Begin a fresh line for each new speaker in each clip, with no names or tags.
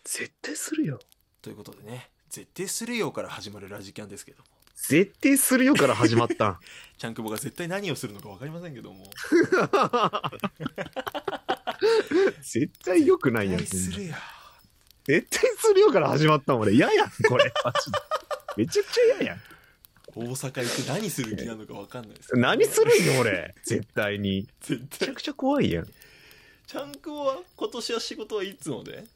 絶対するよ。
ということでね、絶対するよから始まるラジキャンですけども、
絶対するよから始まったん。
ちゃんくぼが絶対何をするのか分かりませんけども、
絶対良くないやん。
絶対するよ。
絶対するよから始まったん。俺嫌やん、これ。マジでめちゃくちゃ嫌やん。
大阪行って何する気なのか分かんないですけど、
何するんよ、俺。絶対に。
絶対。
めちゃくちゃ怖いやん。
ちゃんくぼは今年は仕事はいつまで？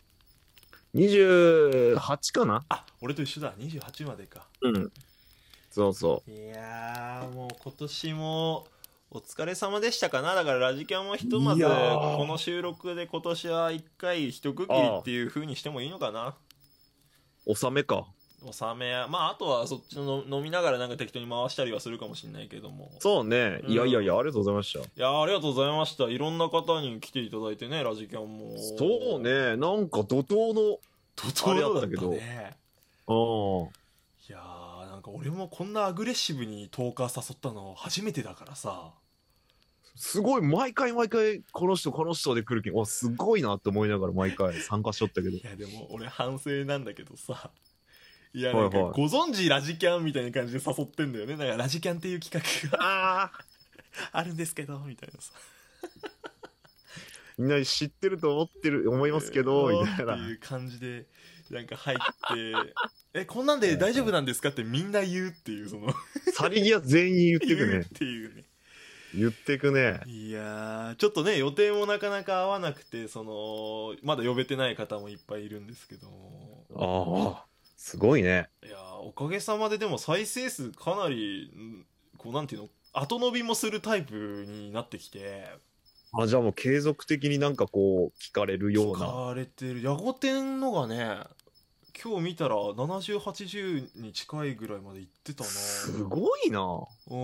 28かな。
あ、俺と一緒だ、28までか。
うん。そうそ
いやー、もう今年もお疲れ様でしたかな。だからラジキャンもひとまず
いやー
この収録で今年は一回一区切りっていう風にしてもいいのかな。
う。納めか。
納めや、まああとはそっちの飲みながらなんか適当に回したりはするかもしれないけども。
そうね。いやいやいや、ありがとうございました。
いやー、ありがとうございました。いろんな方に来ていただいてね、ラジキャンも。
そうね。なんか怒涛の。
怒涛のだった
あれやったけど
ね。
あ
いやー、なんか俺もこんなアグレッシブにトーカー誘ったの初めてだからさ。
すごい、毎回毎回、この人で来るけん、わ、すごいなって思いながら毎回参加しとったけど
い。やでも俺反省なんだけどさ、いや
はいはい
なんかご存知ラジキャンみたいな感じで誘ってんだよね。なんかラジキャンっていう企画が
あ
あるんですけどみたいなさ、
みんな知ってると思いますけど、みたいな。
っていう感じでなんか入ってこんなんで大丈夫なんですかってみんな言うっていう、その
去り際全員言ってくね。
言うっていうね。
言ってくね。
いやー、ちょっとね予定もなかなか合わなくて、そのまだ呼べてない方もいっぱいいるんですけど、
ああ、すごいね。
いやー、おかげさまででも再生数かなりこうなんていうの、後伸びもするタイプになってきて、
あ、じゃあもう継続的になんかこう、聞かれるような。
聞かれてる。ヤゴテンのがね、今日見たら70、80に近いぐらいまでいってたな。
すごいな。
うん、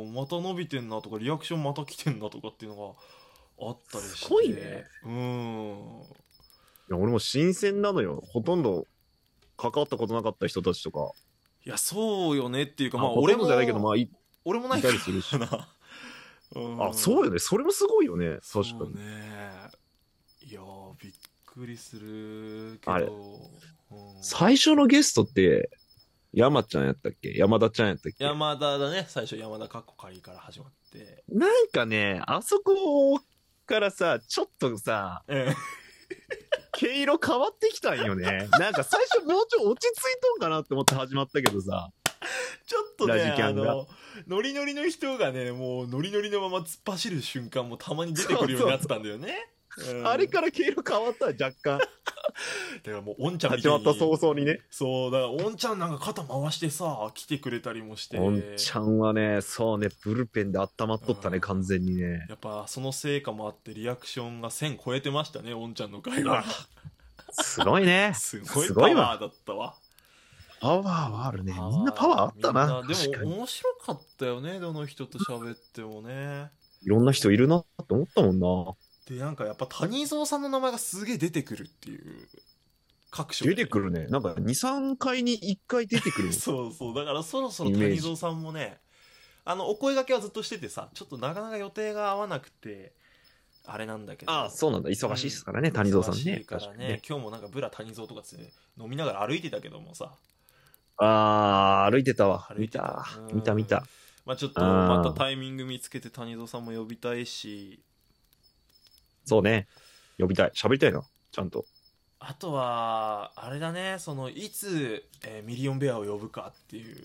また伸びてんなとか、リアクションまた来てんなとかっていうのがあったりして。
すごいね。
うん。
いや、俺も新鮮なのよ。ほとんど関わったことなかった人たちとか。
いや、そうよねっていうか、まあ、
ほと
俺も、
んどじゃないけど、まあ、
俺もない
いたりするし
かな。
あ、そうよね。それもすごいよね。
そう
確かに。
ね。いやー、びっくりするけ
あれ
ど、
最初のゲストって、山ちゃんやったっけ？山田ちゃんやったっけ？
山田だね。最初山田かっこ仮から始まって。
なんかね、あそこからさ、ちょっとさ、
うん。
毛色変わってきたんよね。なんか最初もうちょい落ち着いとんかなって思って始まったけどさ。
ちょっと
ラジ
ね、
キャンが
ノリノリの人がね、もうノリノリのまま突っ走る瞬間もたまに出てくるようになってたんだよね。
あれから毛色変わった若干。
だからもう、おんちゃんみ
始
たいに。
まった早々にね。
そう、だから、おんちゃんなんか肩回してさ、来てくれたりもして。
おんちゃんはね、そうね、ブルペンで温まっとったね、
うん
完全にね。
やっぱ、その成果もあって、リアクションが1000超えてましたね、おんちゃんの会話。
すごいね。
すごい
すごいわ
パワーだったわ。
パワーはあるね。みんなパワーあったな。
みん
確かに。
でも、面白かったよね、どの人と喋ってもね。
いろんな人いるなって思ったもんな。
で、なんかやっぱ谷蔵さんの名前がすげえ出てくるっていう。各所で
出てくるね。なんか2、3回に1回出てくる。
そうそう。だからそろそろ谷蔵さんもね、お声掛けはずっとしててさ、ちょっとなかなか予定が合わなくて、あれなんだけど。
ああ、そうなんだ。忙しいっすからね、谷蔵さんね。
忙しいからね。今日もなんかブラ谷蔵とかつって飲みながら歩いてたけどもさ。
ああ、歩いてたわ。
歩いてた
見た。
まあちょっとまたタイミング見つけて谷蔵さんも呼びたいし、
そうね。呼びたい。喋りたいな。ちゃんと。
あとは、あれだね、いつ、ミリオンベアを呼ぶかっていう。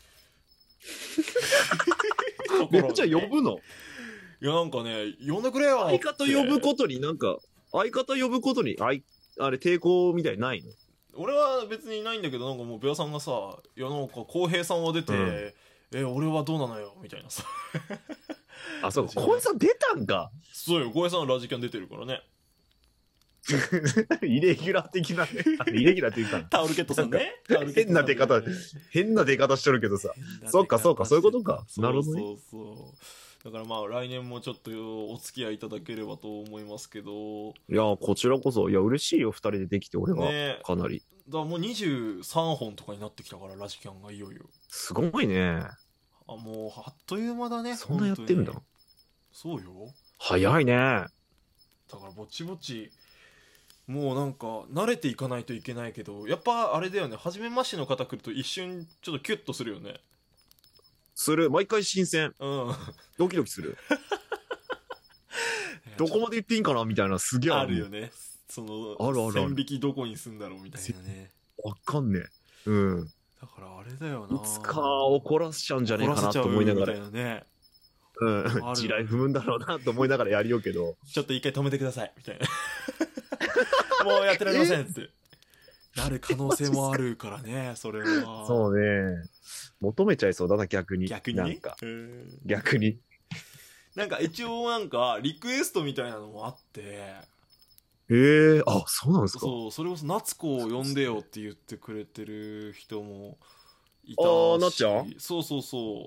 めっちゃ呼ぶの？
いや、なんかね、呼んでくれよ。
相方呼ぶことになんか、あれ抵抗みたいないの？
俺は別にいないんだけど、なんかもうベアさんがさ、いやなんか浩平さんは出て、俺はどうなのよみたいなさ。
あ、そうか。小江さん出たんか。
そうよ、浩平さんはラジキャン出てるからね。
イレギュラー的なね。イレギュラーって言ったの。
タオルケットさんね。
変な出方、変な出方してるけどさ。そうか、そういうことか。なるほどね。
そうそう。だからまあ来年もちょっとお付き合いいただければと思いますけど。
いや、こちらこそ。いや、嬉しいよ、二人でできて、俺は。
ね、
かなり。
だからもう23本とかになってきたから、ラジキャンがいよいよ。
すごいね。
もうあっという間だね。
そんなやってんだ。
そうよ。
早いね。
だからぼちぼちもうなんか慣れていかないといけないけど、やっぱあれだよね、初めましての方来ると一瞬ちょっとキュッとするよね。
する。毎回新鮮。
うん
ドキドキする。どこまで行っていいんかなみたいな、すげえ
あ
ある
るよね。その
あるあるある
線引きどこにすんだろうみたいなね。
わかんねえ。うん。い
だからあれだよな、
つか怒らせちゃうんじゃねえかなと思いながら。
怒らせちゃうみたいなね。
うん。地雷踏むんだろうなと思いながらやりようけど。
ちょっと一回止めてくださいみたいなもうやってられませんってなる可能性もあるからね、それは。
そうね。求めちゃいそうだな、逆に。
逆にね。
なんか、逆に。
なんか一応なんかリクエストみたいなのもあって、
あ、そうなんですか。
そう、それこそ夏子を呼んでよって言ってくれてる人もいたし。
あーなっちゃん
そうそうそう。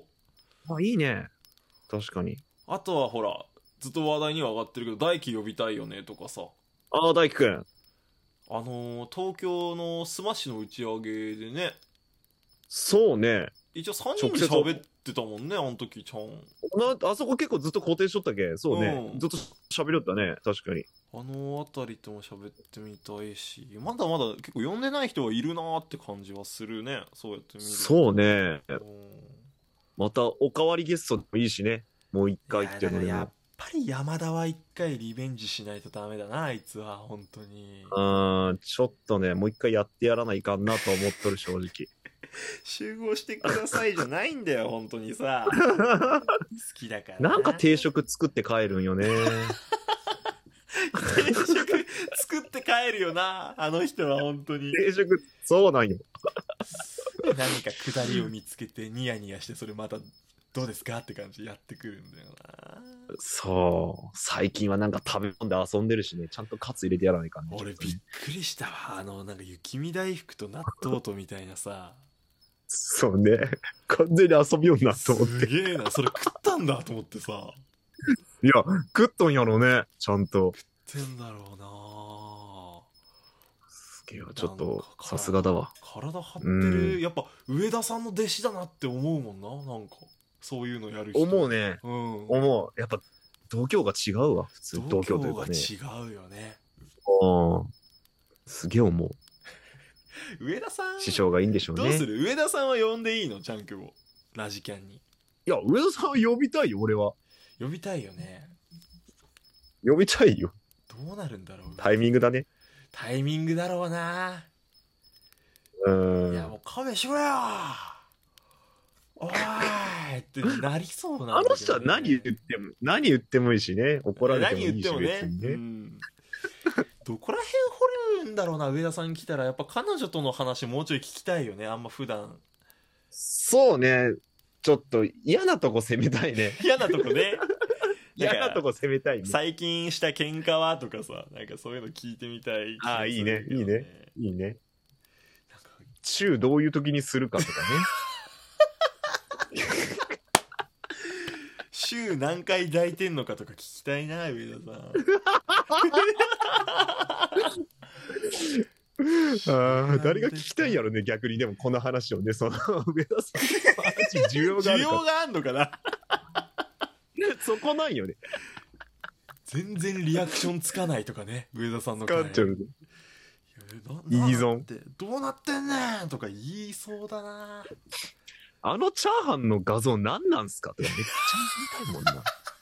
あ、いいね。確かに。
あとはほら、ずっと話題には上がってるけど大輝呼びたいよねとかさ、
あ、大輝くん。
東京のスマッシュの打ち上げでね、
そうね。
一応3人で喋ってたもんね、あの時ちゃん。
あそこ結構ずっと固定しとったけ。そうね。
うん
ずっと喋りよったね。確かに。
あの辺りとも喋ってみたいし、まだまだ結構呼んでない人はいるなーって感じはするね、そうやって見ると。
そうね。
うん
またおかわりゲストでもいいしね。もう一回っていうのでも
やっ。ぱり山田は一回リベンジしないとダメだな、あいつは本当に。
ちょっとね、もう一回やってやらないかんなと思っとる、正直。
集合してくださいじゃないんだよ本当にさ好きだから
なんか定食作って帰るんよね。
定食作って帰るよな、あの人は本当に。
定食、そうなんよ。
何か下りを見つけてニヤニヤして、それまたどうですかって感じでやってくるんだよな。
そう。最近はなんか食べ物で遊んでるしね、ちゃんとカツ入れてやらないかんね。
俺びっくりしたわ、なんか雪見大福と納豆とみたいなさ
そうね。完全に遊びようなと思っ
す
て。
げえな、それ食ったんだと思ってさ。
いや、食っとんやろね、ちゃんと。
食ってんだろうな。
すげえわ、ちょっと、
なんか
さすがだわ。
体張って
う
る、
ん
やっぱ上田さんの弟子だなって思うもんな、なんかそういうのやる人。
思うね。
うん
思う。やっぱ、度胸が違うわ、普通。度
度胸が
胸というかね。
違うよね。
うん。すげえ思う。
上田さん
師匠がいいんでしょうね。
どうする、上田さんは呼んでいいの、チャンクをラジキャンに。
いや、上田さんは呼びたいよ、俺は。
呼びたいよね。
呼びたいよ。
どうなるんだろう。
タイミングだね。
タイミングだろうな。いやもう勘弁してくれよおーいってなりそうなんだけどね。
あの人は何言ってもいいしね。怒られてもいいし、
何言ってもね、
別にね。
どこら辺掘るんだろうな、上田さん来たら。やっぱ彼女との話もうちょい聞きたいよね、あんま普段。
そうね。ちょっと嫌なとこ攻めたいね。
嫌なとこね。
嫌なとこ攻めたいね。
最近した喧嘩はとかさ、なんかそういうの聞いてみたい気がするけど。
あいいねいいね。
なんか
チューどういう時にするかとかね。
週何回抱いてんのかとか聞きたいな、上田さん。
誰が聞きたいんやろね、逆に。でもこの話をね、その上田さんの話、需要があるか
需要があんのかな。
そこなんよね。
全然リアクションつかないとかね、上田さんの
使っちゃうね。
いや
いいぞん
ってどうなってんねんとか言いそうだな。
あのチャーハンの画像何なんすかとかめっちゃ見たいもんな。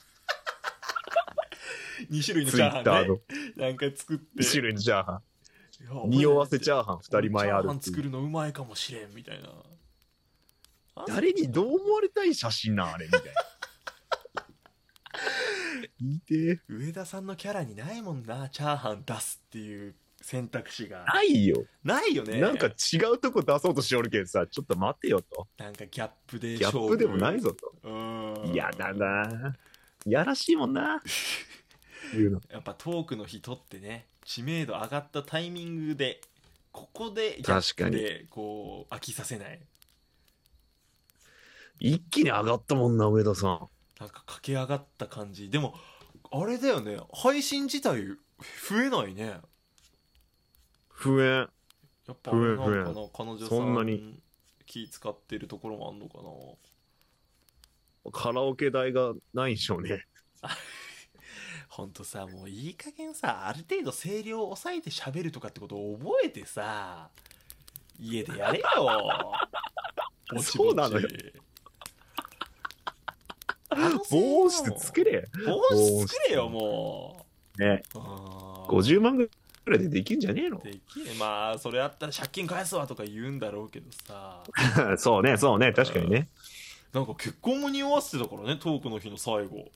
2種類のチャーハン
Twitter の
ね、なんか作って
2種類のチャーハ
いや
ン。匂わせチャーハン2人前ある
チャーハン
っていう。
作るのうまいかもしれんみたいな。
誰にどう思われたい写真なんあれみたいな。見て。
上田さんのキャラにないもんな、チャーハン出すっていう選択肢が
ないよ。
ないよね。
なんか違うとこ出そうとしおるけどさ、ちょっと待てよと。
なんかギャップで
ギャップでもないぞと。
うん
嫌だな。やらしいもんな。言うの。
やっぱトークの日取ってね、知名度上がったタイミングでここでギャップでこう飽きさせない。
一気に上がったもんな、上田さん。
なんか駆け上がった感じ。でもあれだよね、配信自体増えないね。
不縁。
やっぱあれなのかな、
増え
彼女さ
そんなん
に
に
気使ってるところもあんのかな。
カラオケ代がないんでしょうね。
ほんとさ、もういい加減さ、ある程度声量を抑えて喋るとかってことを覚えてさ、家でやれよ。ぼちぼち
そうなのよ。防音室つけれ。
防音室作れよ、も
ね。
う。あー
50万ぐらいでできんじゃねえの？
できねまあ、それあったら借金返すわとか言うんだろうけどさ。
そうね、そうね、確かにね。
なんか結婚も匂わせてたからね、トークの日の最後。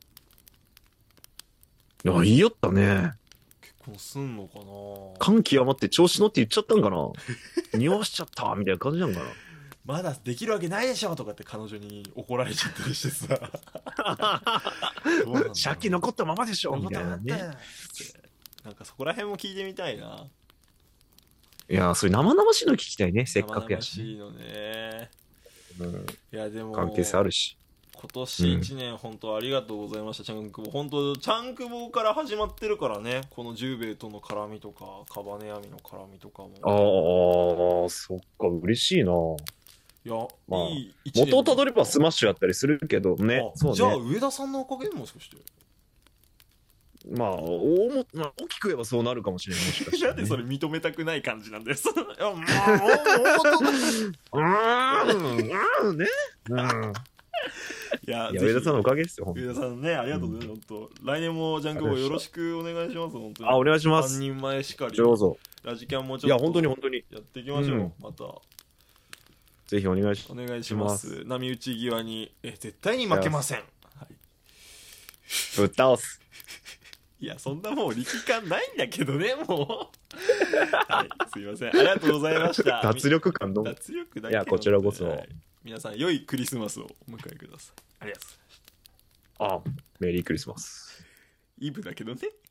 いや、言いよったね。
結婚すんのかな。
感極まって調子乗って言っちゃったんかな。匂わしちゃったみたいな感じなんかな。
まだできるわけないでしょとかって彼女に怒られちゃったりしてさ。どうなんだろう
借金残ったままでしょみたいなね。
なんかそこら辺も聞いてみたいな。
いや、それ生々しいの聞きたいね、せっかくや
生々
し、
しいのね。
うん。
いやでも
関係性あるし。
今年1年本当ありがとうございました、チャンクボ。本当チャンクボから始まってるからね、この10兵衛との絡みとかカバネアミの絡みとかも。
ああ、そっか、嬉しいな。
いや、
まあ
いい一年
元をたどればスマッシュやったりするけどね。
あじゃあ
そうね。
上田さんのおかげもしかして。
まあ、まあ大きく言えばそうなるかもしれない。もしかしたらね
なんでそれ認めたくない感じなんです。いや、もう、
ね。うん。
いや、
いや、上田さんのおかげですよ、
上田さんね、ありがとうございます、本当。来年もジャンクボーよろしくお願いします、本当に。
あ、お願いします。
半人前しかり。
どうぞ。
ラジキャンもち
いや、
ょっと。
本当に本当に。
やっていきましょう、
うん
また。
ぜひお願いし
お願いします。波打ち際に、絶対に負けません。はい。
ぶっ倒す。
いや、そんなもう力感ないんだけどね、もう。はい、すいません。ありがとうございました。
脱力感の。
脱力だけ
いやこちらこそ
はい皆さん、良いクリスマスをお迎えください。ありがとうございました。
あ、メリークリスマス。
イブだけどね。